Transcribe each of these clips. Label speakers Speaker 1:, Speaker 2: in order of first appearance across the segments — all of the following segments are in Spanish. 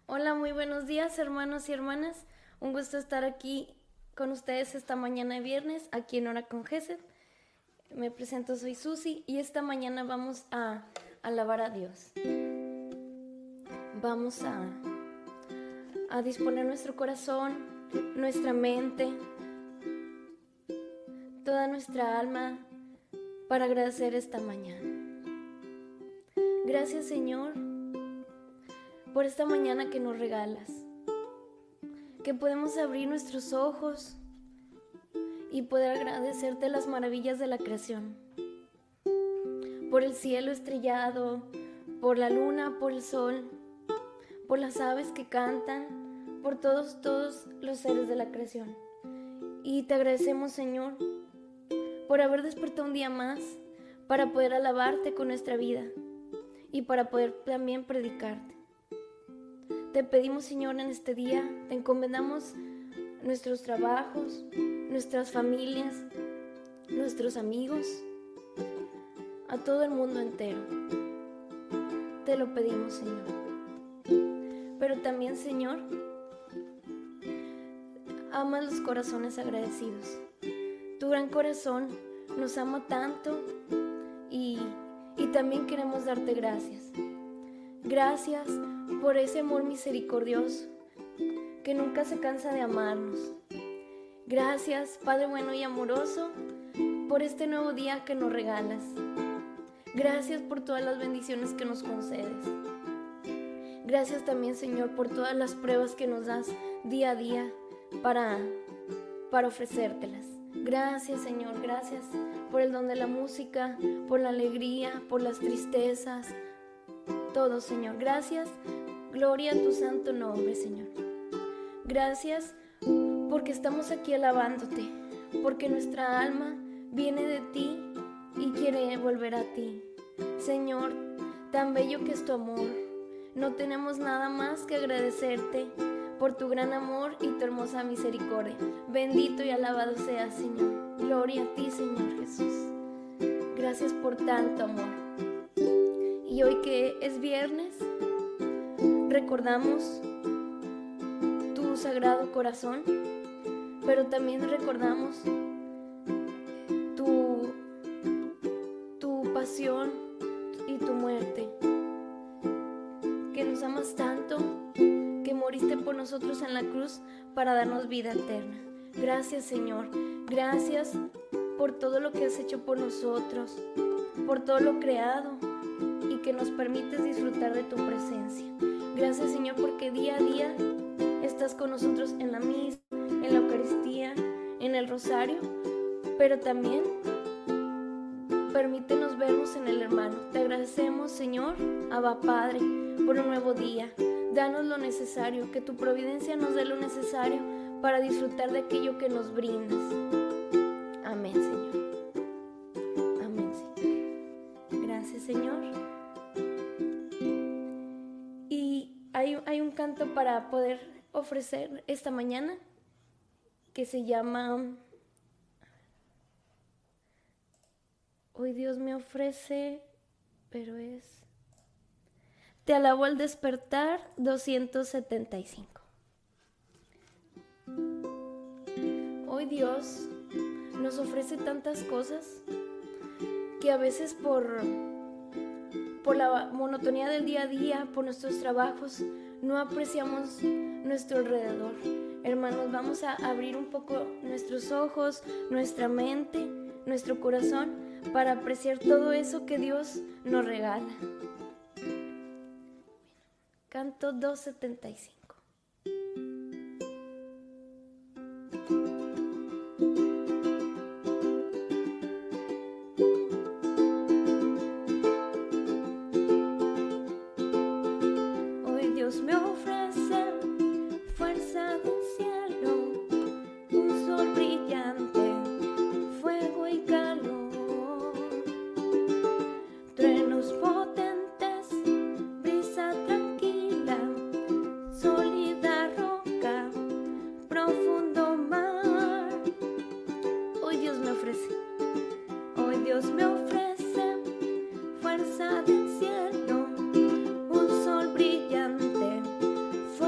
Speaker 1: Hola, muy buenos días, hermanos y hermanas. Un gusto estar aquí con ustedes esta mañana de viernes, aquí en Hora con Gesed. Me presento, soy Susi, y esta mañana vamos a alabar a Dios. Vamos a disponer nuestro corazón, nuestra mente, toda nuestra alma para agradecer esta mañana. Gracias, Señor, por esta mañana que nos regalas, que podemos abrir nuestros ojos y poder agradecerte las maravillas de la creación, por el cielo estrellado, por la luna, por el sol, por las aves que cantan, por todos los seres de la creación. Y te agradecemos, Señor, por haber despertado un día más para poder alabarte con nuestra vida y para poder también predicarte. Te pedimos, Señor, en este día, te encomendamos nuestros trabajos, nuestras familias, nuestros amigos, a todo el mundo entero. Te lo pedimos, Señor. Pero también, Señor, amas los corazones agradecidos. Tu gran corazón nos ama tanto y también queremos darte gracias. Gracias por ese amor misericordioso que nunca se cansa de amarnos. Gracias, Padre bueno y amoroso, por este nuevo día que nos regalas. Gracias por todas las bendiciones que nos concedes. Gracias también, Señor, por todas las pruebas que nos das día a día para ofrecértelas. Gracias, Señor, gracias por el don de la música, por la alegría, por las tristezas, todo, Señor. Gracias, gloria a tu santo nombre, Señor. Gracias porque estamos aquí alabándote, porque nuestra alma viene de ti y quiere volver a ti. Señor, tan bello que es tu amor. No tenemos nada más que agradecerte por tu gran amor y tu hermosa misericordia. Bendito y alabado seas, Señor. Gloria a ti, Señor Jesús. Gracias por tanto amor. Y hoy que es viernes, recordamos tu sagrado corazón, pero también recordamos tu pasión y tu muerte, que nos amas tanto, que moriste por nosotros en la cruz para darnos vida eterna. Gracias, Señor. Gracias por todo lo que has hecho por nosotros, por todo lo creado y que nos permites disfrutar de tu presencia. Gracias, Señor, porque día a día estás con nosotros en la misa, en la Eucaristía, en el rosario, pero también permítenos vernos en el hermano. Te agradecemos, Señor, Abba Padre, por un nuevo día. Danos lo necesario, que tu providencia nos dé lo necesario para disfrutar de aquello que nos brindas. Amén, Señor. Amén, Señor. Gracias, Señor. Y hay un canto para poder ofrecer esta mañana que se llama Hoy Dios me ofrece, pero es Te alabo al despertar 275. Hoy Dios nos ofrece tantas cosas que a veces por la monotonía del día a día, por nuestros trabajos, no apreciamos nuestro alrededor. Hermanos, vamos a abrir un poco nuestros ojos, nuestra mente, nuestro corazón para apreciar todo eso que Dios nos regala. Canto 275. Hoy Dios me ofrece fuerza del cielo, un sol brillante, fuego y calor, truenos potentes, brisa tranquila, sólida roca, profundo mar. Hoy Dios me ofrece fuerza del cielo, un sol brillante,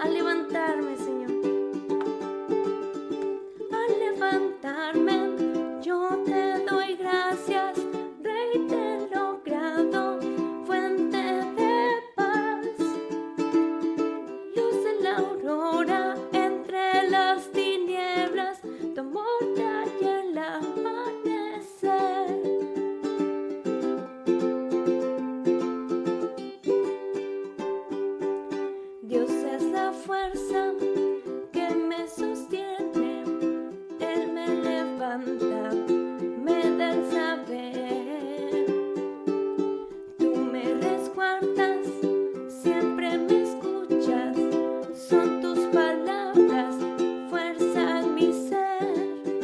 Speaker 1: al levantarme, Señor. Al levantarme, yo te doy gracias, Rey de logrado, fuente de paz, luz de la aurora entre las tinieblas, tu amor trae el amanecer. Dios es la fuerza que me sostiene, Él me levanta, me da el saber. Tú me resguardas, siempre me escuchas, son tus palabras, fuerza en mi ser.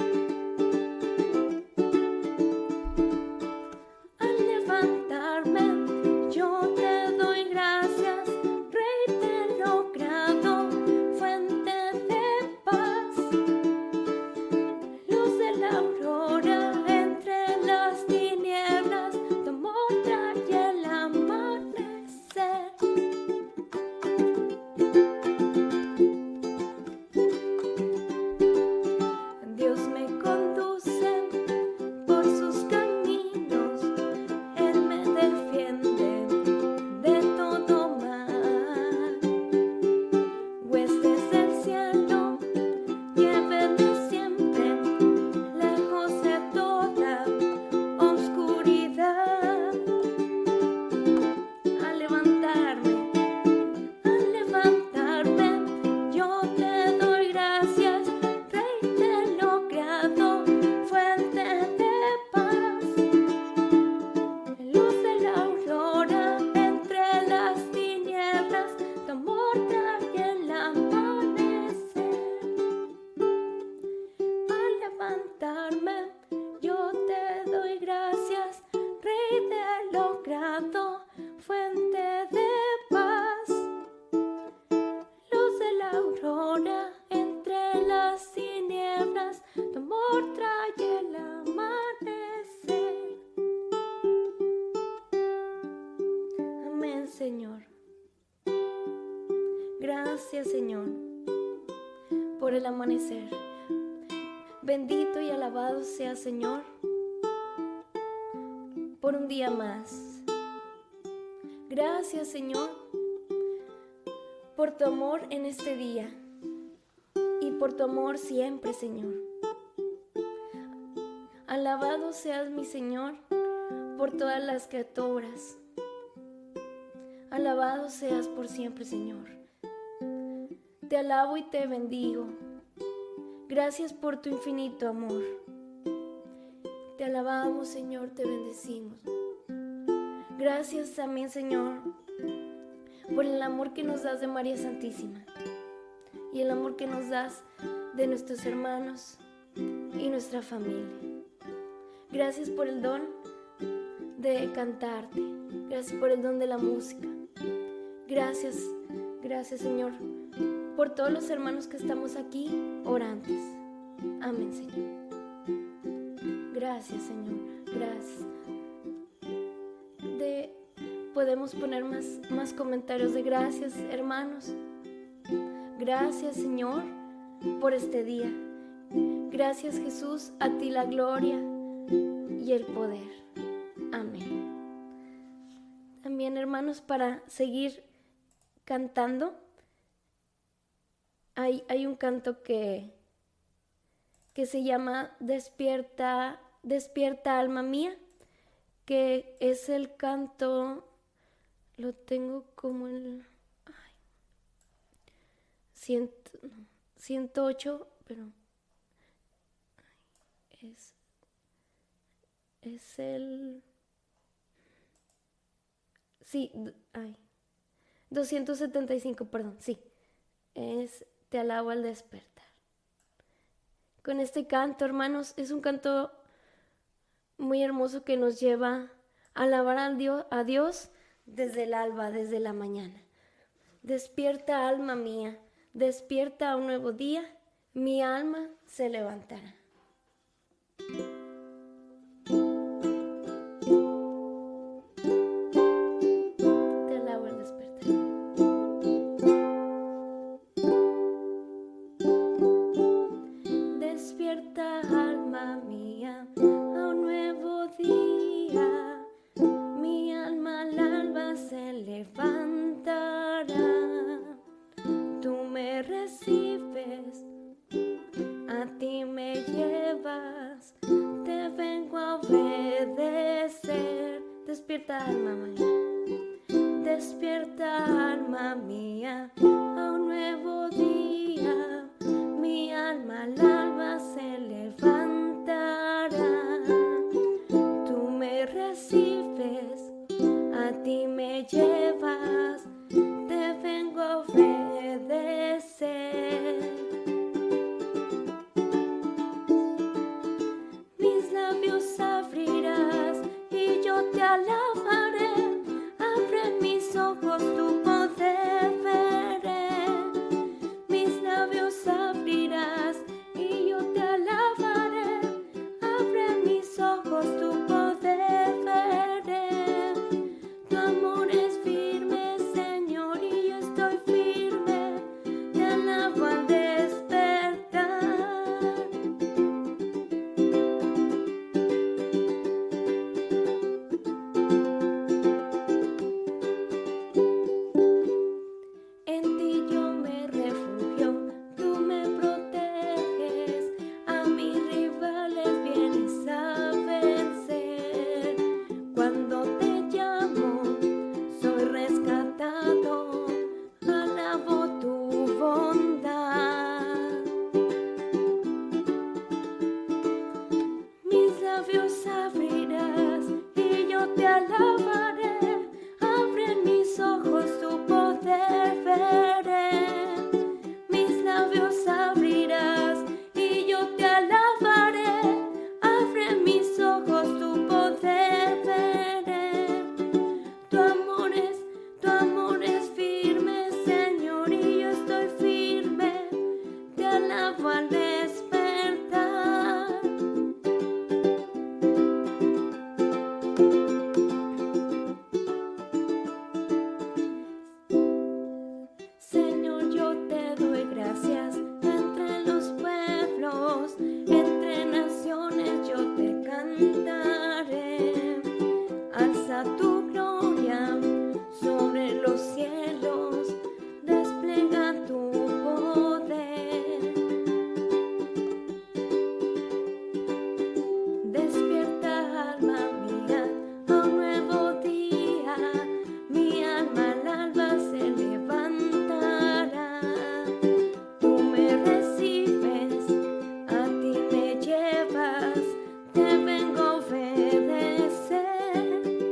Speaker 1: Al levantarme, yo te doy gracias, Rey de logrado, fuente de paz, luz de la aurora entre las tinieblas, tu amor trae el amanecer. Dios me conduce por sus caminos, Él me defiende de todo mal. Huestes del cielo, llévenme siempre lejos de toda oscuridad. Al levantarme, yo te doy gracias, Rey de logrado, fuente de paz, luz de la aurora entre las tinieblas, tu amor trae el amanecer. Al levantarme, yo te doy gracias, Rey de logrado, fuente de paz, luz de la aurora entre las tinieblas, tu amor trae el amanecer. Amén, Señor. Gracias, Señor, por el amanecer. Bendito y alabado sea, Señor, por un día más. Gracias, Señor, por tu amor en este día y por tu amor siempre, Señor. Alabado seas, mi Señor, por todas las criaturas. Alabado seas por siempre, Señor. Te alabo y te bendigo. Gracias por tu infinito amor. Te alabamos, Señor, te bendecimos. Gracias también, Señor, por el amor que nos das de María Santísima y el amor que nos das de nuestros hermanos y nuestra familia. Gracias por el don de cantarte. Gracias por el don de la música. Gracias, Señor, por todos los hermanos que estamos aquí orantes. Amén, Señor. Gracias, Señor. Gracias. Podemos poner más comentarios de gracias, hermanos. Gracias, Señor, por este día. Gracias, Jesús, a ti la gloria y el poder. Amén. También, hermanos, para seguir cantando, hay un canto que se llama Despierta, despierta alma mía, que es el canto, lo tengo como el 108, pero es el 275, perdón, sí, es Te alabo al despertar. Con este canto, hermanos, es un canto muy hermoso que nos lleva a alabar a Dios desde el alba, desde la mañana. Despierta, alma mía, despierta a un nuevo día, mi alma se levantará. Te alabo al despertar. gracias entre los pueblos, entre naciones yo te cantaré. Alza tu gloria sobre los cielos, despliega tu poder. Despierta, alma mía, a un nuevo día, mi alma al alba se levantará. Tú me recibes, a ti me llevas, te vengo a obedecer.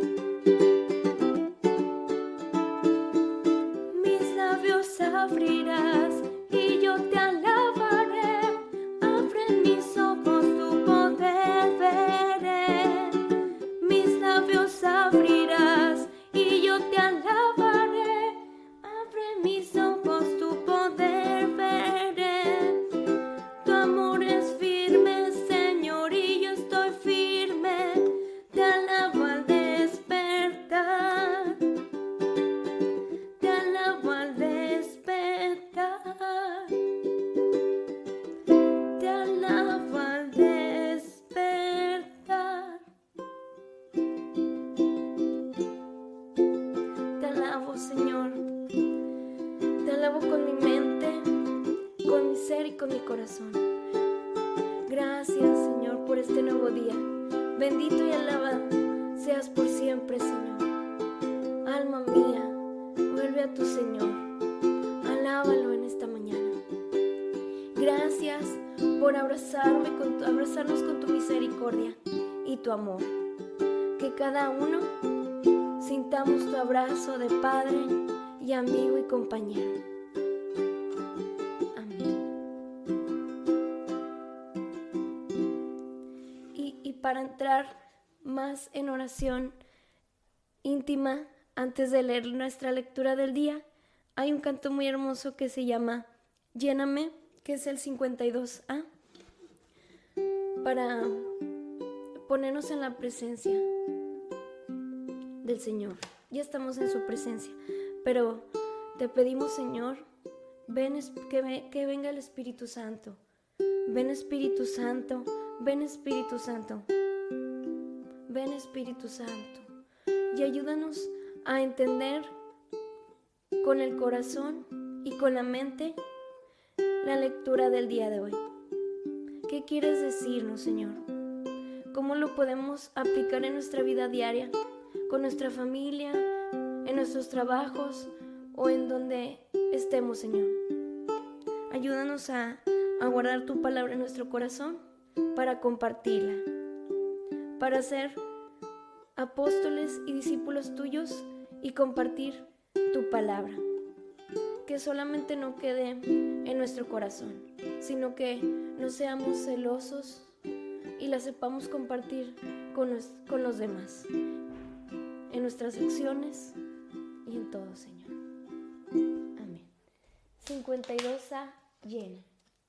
Speaker 1: Mis labios abrirás y yo te alabaré, abre mis ojos, tu poder veré. Mis labios abrirás y yo te alabaré, abre mis ojos, tu poder veré. Tu amor es firme, Señor, y yo estoy firme, te alabo al despertar, te alabo al despertar, te alabo al despertar. Te alabo, Señor, te alabo con mi mente, con mi ser y con mi corazón. Gracias, Señor, por este nuevo día. Bendito y alabado seas por siempre, Señor. Alma mía, vuelve a tu Señor. Alábalo en esta mañana. Gracias por abrazarnos con tu misericordia y tu amor. Que cada uno sintamos tu abrazo de Padre y amigo y compañero. Amén. Y para entrar más en oración íntima, antes de leer nuestra lectura del día, hay un canto muy hermoso que se llama Lléname, que es el 52A, para ponernos en la presencia del Señor. Ya estamos en su presencia, pero te pedimos, Señor, ven, que venga el Espíritu Santo. Ven, Espíritu Santo, ven, Espíritu Santo, ven, Espíritu Santo, y ayúdanos a entender con el corazón y con la mente la lectura del día de hoy. ¿Qué quieres decirnos, Señor? ¿Cómo lo podemos aplicar en nuestra vida diaria, con nuestra familia, en nuestros trabajos o en donde estemos, Señor? Ayúdanos a guardar tu palabra en nuestro corazón para compartirla, para ser apóstoles y discípulos tuyos y compartir tu palabra. Que solamente no quede en nuestro corazón, sino que no seamos celosos y la sepamos compartir con los demás, en nuestras acciones y en todo, Señor. Amén. 52A, llena.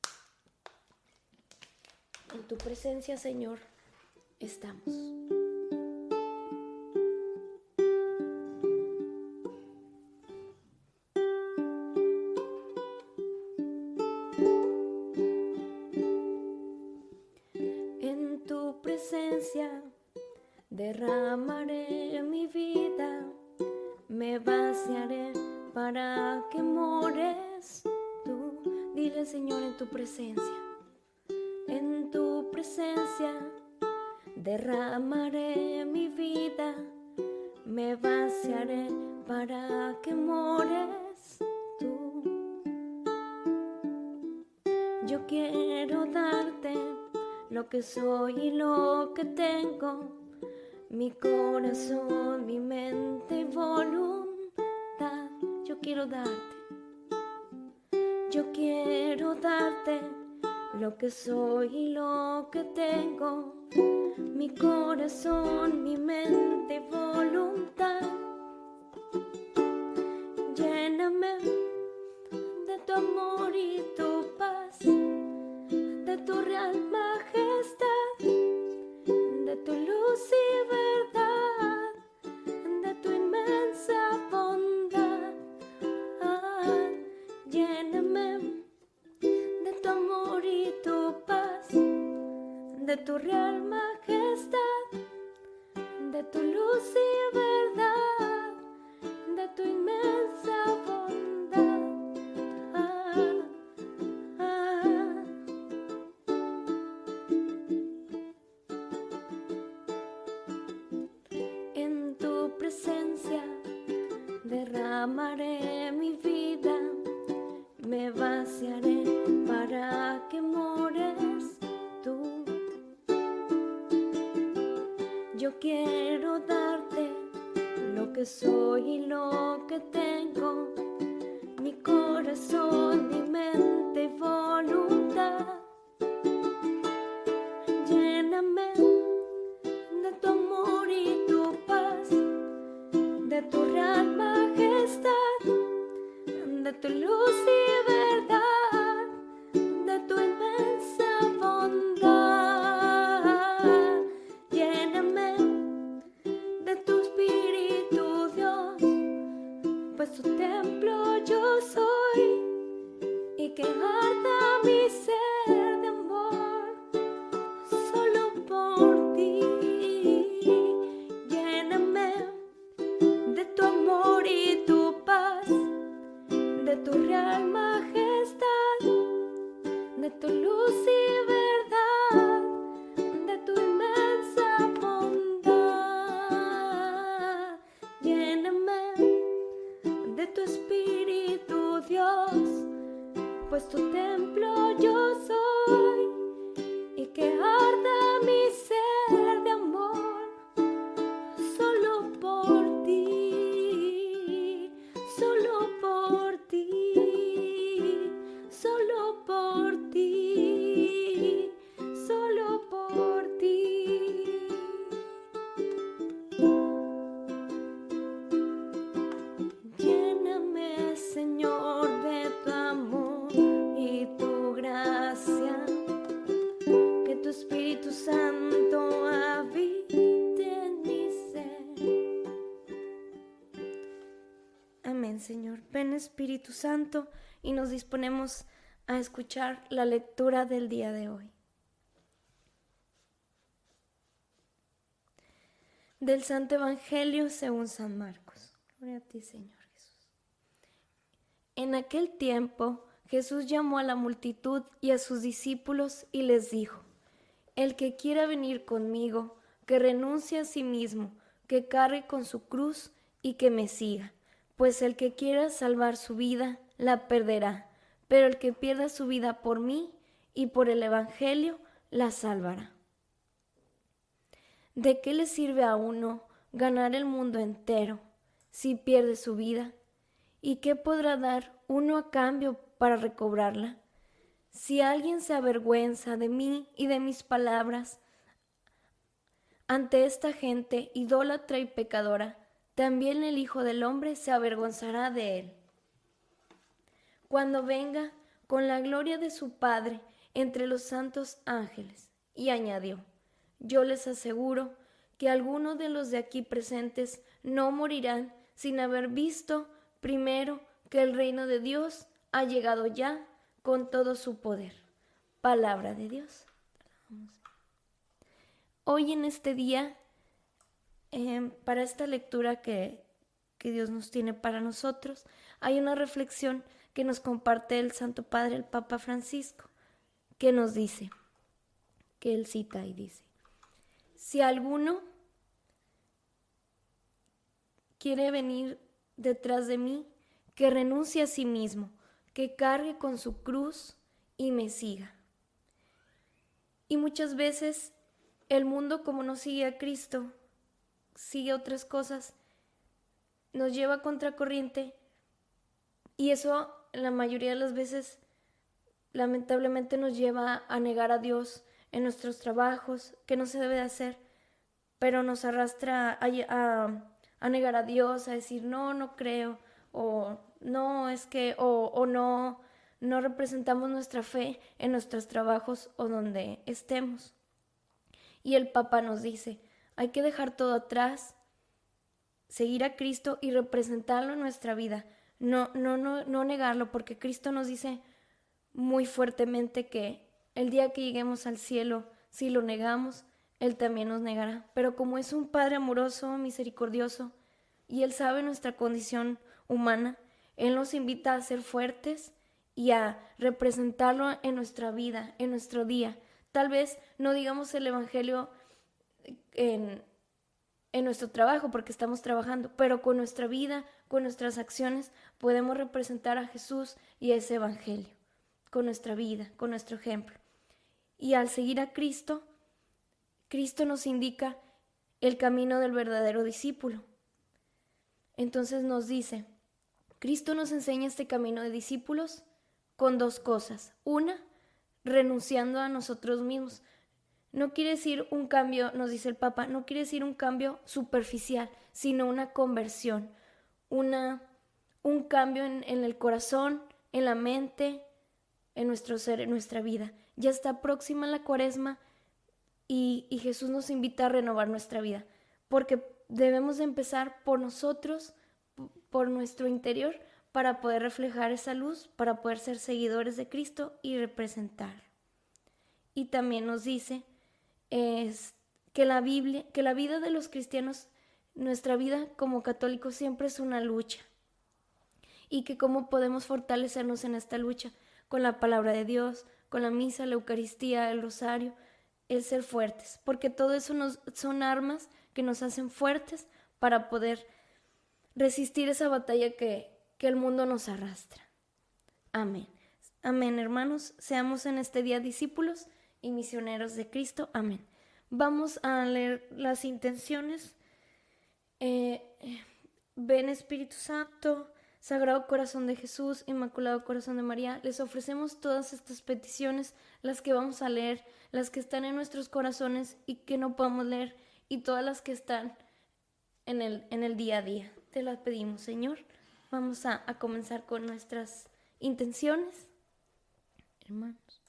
Speaker 1: En tu presencia, Señor, estamos. En tu presencia derramaré mi vida, me vaciaré para que mores tú. Dile, Señor, en tu presencia. En tu presencia derramaré mi vida, me vaciaré para que mores tú. Yo quiero darte lo que soy y lo que tengo, mi corazón, mi mente y voluntad. Yo quiero darte lo que soy y lo que tengo, mi corazón, mi mente y voluntad. Lléname de tu amor y tu paz, de tu real majestad, de tu luz y verdad, de tu inmensa bondad. Lléname amor y tu paz, de tu real majestad, de tu luz y verdad, de tu inmensa bondad. En tu presencia derramaré mi vida, me vaciaré para que mores tú. Yo quiero darte lo que soy y lo que tengo, mi corazón, mi mente y voluntad. Lléname de tu amor y tu paz, de tu real majestad, de tu luz y verdad, de tu inmensa bondad. Lléname de tu espíritu, Dios, pues tu templo yo soy, y que arda mi ser de amor solo por ti. Lléname de tu amor y tu paz, de tu real majestad, de tu luz y verdad, de tu inmensa bondad. Lléname de tu espíritu, Dios, pues tu templo yo soy, y que arda mi ser de amor solo por ti, solo por ti, solo por ti, solo por ti. Lléname, Señor, de tu amor y tu gracia, que tu Espíritu Santo habite en mi ser. Amén, Señor. Ven, Espíritu Santo, y nos disponemos a escuchar la lectura del día de hoy. Del Santo Evangelio según San Marcos. Gloria a ti, Señor Jesús. En aquel tiempo, Jesús llamó a la multitud y a sus discípulos y les dijo: El que quiera venir conmigo, que renuncie a sí mismo, que cargue con su cruz y que me siga. Pues el que quiera salvar su vida, la perderá, pero el que pierda su vida por mí y por el Evangelio, la salvará. ¿De qué le sirve a uno ganar el mundo entero si pierde su vida? ¿Y qué podrá dar uno a cambio para recobrarla? Si alguien se avergüenza de mí y de mis palabras ante esta gente idólatra y pecadora, también el Hijo del Hombre se avergonzará de él cuando venga con la gloria de su Padre entre los santos ángeles. Y añadió: Yo les aseguro que algunos de los de aquí presentes no morirán sin haber visto primero que el reino de Dios ha llegado ya con todo su poder. Palabra de Dios. Hoy en este día, para esta lectura que Dios nos tiene para nosotros, hay una reflexión que nos comparte el Santo Padre, el Papa Francisco, que nos dice, que él cita y dice: si alguno quiere venir detrás de mí, que renuncie a sí mismo, que cargue con su cruz y me siga. Y muchas veces el mundo, como no sigue a Cristo, sigue otras cosas, nos lleva a contracorriente, y eso la mayoría de las veces lamentablemente nos lleva a negar a Dios en nuestros trabajos, que no se debe de hacer, pero nos arrastra a negar a Dios, a decir no creo, o no, es que, o no representamos nuestra fe en nuestros trabajos o donde estemos. Y el Papa nos dice: hay que dejar todo atrás, seguir a Cristo y representarlo en nuestra vida, no negarlo, porque Cristo nos dice muy fuertemente que El día que lleguemos al cielo, si lo negamos, Él también nos negará. Pero como es un Padre amoroso, misericordioso, y Él sabe nuestra condición humana, Él nos invita a ser fuertes y a representarlo en nuestra vida, en nuestro día. Tal vez no digamos el Evangelio en nuestro trabajo porque estamos trabajando, pero con nuestra vida, con nuestras acciones, podemos representar a Jesús y a ese Evangelio, con nuestra vida, con nuestro ejemplo. Y al seguir a Cristo, Cristo nos indica el camino del verdadero discípulo. Entonces nos dice, Cristo nos enseña este camino de discípulos con dos cosas. Una, renunciando a nosotros mismos. No quiere decir un cambio, nos dice el Papa, no quiere decir un cambio superficial, sino una conversión, un cambio en el corazón, en la mente, en nuestro ser, en nuestra vida. Ya está próxima la Cuaresma y Jesús nos invita a renovar nuestra vida, porque debemos de empezar por nosotros, por nuestro interior, para poder reflejar esa luz, para poder ser seguidores de Cristo y representar. Y también nos dice que la vida de los cristianos, nuestra vida como católicos siempre es una lucha, y que cómo podemos fortalecernos en esta lucha con la palabra de Dios, con la misa, la Eucaristía, el rosario, el ser fuertes, porque todo eso son armas que nos hacen fuertes para poder resistir esa batalla que el mundo nos arrastra. Amén. Amén, hermanos. Seamos en este día discípulos y misioneros de Cristo. Amén. Vamos a leer las intenciones. Ven Espíritu Santo, Sagrado Corazón de Jesús, Inmaculado Corazón de María, les ofrecemos todas estas peticiones, las que vamos a leer, las que están en nuestros corazones y que no podemos leer, y todas las que están en el día a día. Te las pedimos, Señor. Vamos a comenzar con nuestras intenciones. Hermanos.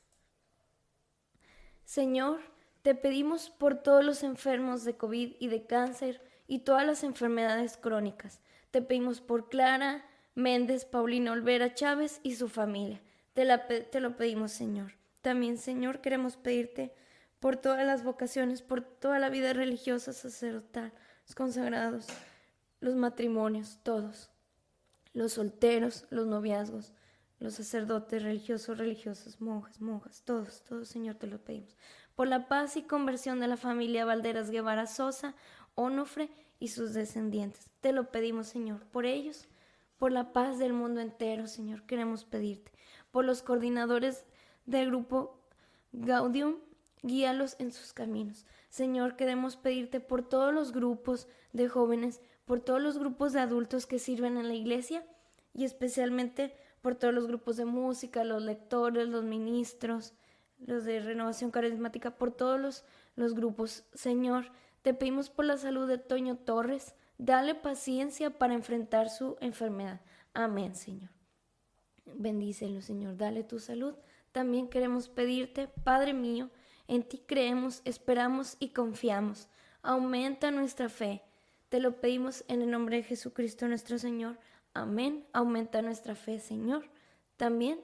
Speaker 1: Señor, te pedimos por todos los enfermos de COVID y de cáncer y todas las enfermedades crónicas. Te pedimos por Clara Méndez, Paulina Olvera Chávez y su familia. Te lo pedimos, Señor. También, Señor, queremos pedirte por todas las vocaciones, por toda la vida religiosa, sacerdotal, los consagrados, los matrimonios, todos, los solteros, los noviazgos, los sacerdotes religiosos, religiosas, monjas, todos, Señor, te lo pedimos. Por la paz y conversión de la familia Valderas Guevara Sosa, Onofre y sus descendientes. Te lo pedimos, Señor, por ellos, por la paz del mundo entero, Señor, queremos pedirte. Por los coordinadores del grupo Gaudium, guíalos en sus caminos. Señor, queremos pedirte por todos los grupos de jóvenes, por todos los grupos de adultos que sirven en la iglesia y especialmente por todos los grupos de música, los lectores, los ministros, los de renovación carismática, por todos los grupos. Señor, te pedimos por la salud de Toño Torres, dale paciencia para enfrentar su enfermedad. Amén, Señor. Bendícelo, Señor, dale tu salud. También queremos pedirte, Padre mío, en ti creemos, esperamos y confiamos. Aumenta nuestra fe. Te lo pedimos en el nombre de Jesucristo nuestro Señor. Amén. Aumenta nuestra fe, Señor. También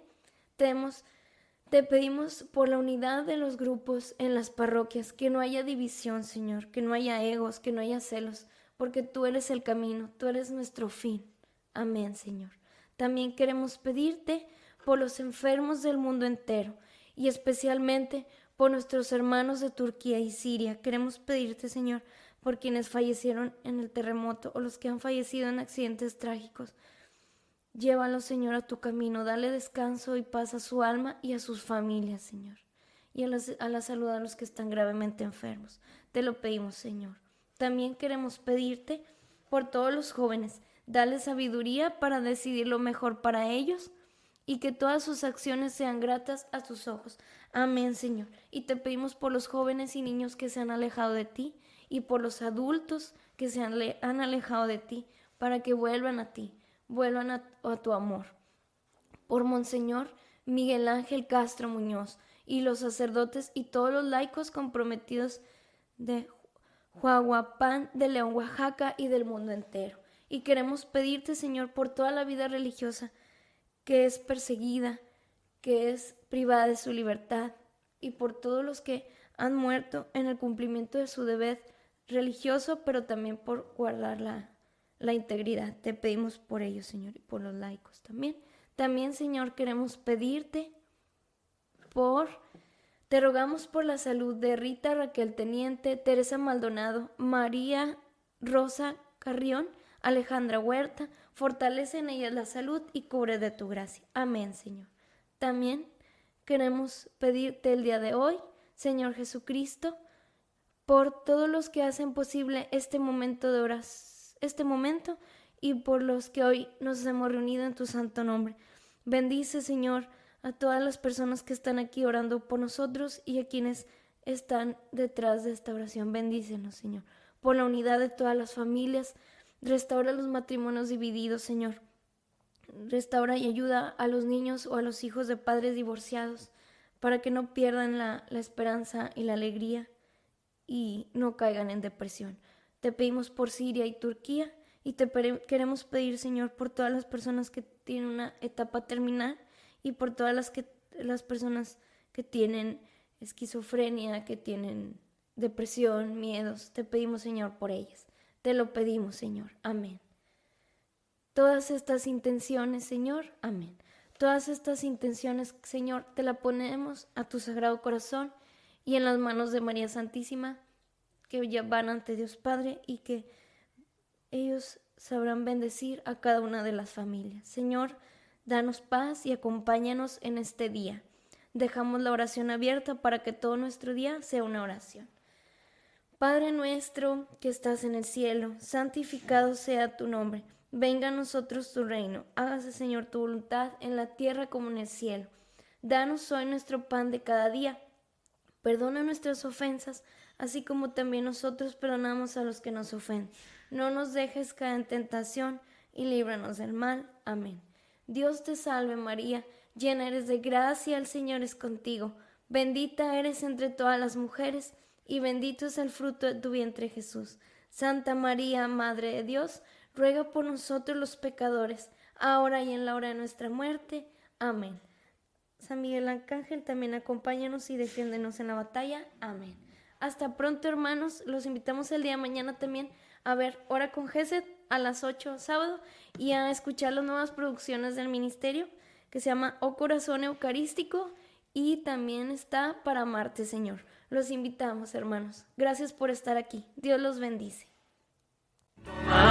Speaker 1: te pedimos por la unidad de los grupos en las parroquias, que no haya división, Señor, que no haya egos, que no haya celos, porque tú eres el camino, tú eres nuestro fin. Amén, Señor. También queremos pedirte por los enfermos del mundo entero y especialmente por nuestros hermanos de Turquía y Siria. Queremos pedirte, Señor, por quienes fallecieron en el terremoto o los que han fallecido en accidentes trágicos. Llévalos, Señor, a tu camino. Dale descanso y paz a su alma y a sus familias, Señor. Y a la salud a los que están gravemente enfermos. Te lo pedimos, Señor. También queremos pedirte por todos los jóvenes. Dale sabiduría para decidir lo mejor para ellos y que todas sus acciones sean gratas a tus ojos. Amén, Señor. Y te pedimos por los jóvenes y niños que se han alejado de ti y por los adultos que se han alejado de ti, para que vuelvan a ti, vuelvan a tu amor. Por Monseñor Miguel Ángel Castro Muñoz y los sacerdotes y todos los laicos comprometidos de Huahuapán, de León, Oaxaca y del mundo entero. Y queremos pedirte, Señor, por toda la vida religiosa que es perseguida, que es privada de su libertad, y por todos los que han muerto en el cumplimiento de su deber religioso, pero también por guardar la integridad. Te pedimos por ellos, Señor, y por los laicos también. También, Señor, queremos pedirte te rogamos por la salud de Rita Raquel Teniente, Teresa Maldonado, María Rosa Carrión, Alejandra Huerta. Fortalece en ellas la salud y cubre de tu gracia. Amén, Señor. También queremos pedirte el día de hoy, Señor Jesucristo, por todos los que hacen posible este momento de este momento, y por los que hoy nos hemos reunido en tu santo nombre. Bendice, Señor, a todas las personas que están aquí orando por nosotros y a quienes están detrás de esta oración. Bendícenos, Señor, por la unidad de todas las familias. Restaura los matrimonios divididos, Señor. Restaura y ayuda a los niños o a los hijos de padres divorciados para que no pierdan la esperanza y la alegría y no caigan en depresión. Te pedimos por Siria y Turquía y queremos pedir, Señor, por todas las personas que tienen una etapa terminal y por todas las personas que tienen esquizofrenia, que tienen depresión, miedos. Te pedimos, Señor, por ellas. Te lo pedimos, Señor. Amén. Todas estas intenciones, Señor, amén. Todas estas intenciones, Señor, te la ponemos a tu sagrado corazón y en las manos de María Santísima, que ya van ante Dios Padre y que ellos sabrán bendecir a cada una de las familias. Señor, danos paz y acompáñanos en este día. Dejamos la oración abierta para que todo nuestro día sea una oración. Padre nuestro que estás en el cielo, santificado sea tu nombre. Venga a nosotros tu reino. Hágase, Señor, tu voluntad en la tierra como en el cielo. Danos hoy nuestro pan de cada día. Perdona nuestras ofensas, así como también nosotros perdonamos a los que nos ofenden. No nos dejes caer en tentación y líbranos del mal. Amén. Dios te salve María, llena eres de gracia, el Señor es contigo. Bendita eres entre todas las mujeres y bendito es el fruto de tu vientre Jesús. Santa María, Madre de Dios, ruega por nosotros los pecadores, ahora y en la hora de nuestra muerte. Amén. San Miguel Arcángel, también acompáñanos y defiéndenos en la batalla. Amén. Hasta pronto, hermanos. Los invitamos el día de mañana también a ver Hora con Geset a las 8 sábado y a escuchar las nuevas producciones del ministerio que se llama Oh Corazón Eucarístico y también está para amarte, Señor. Los invitamos, hermanos. Gracias por estar aquí. Dios los bendice.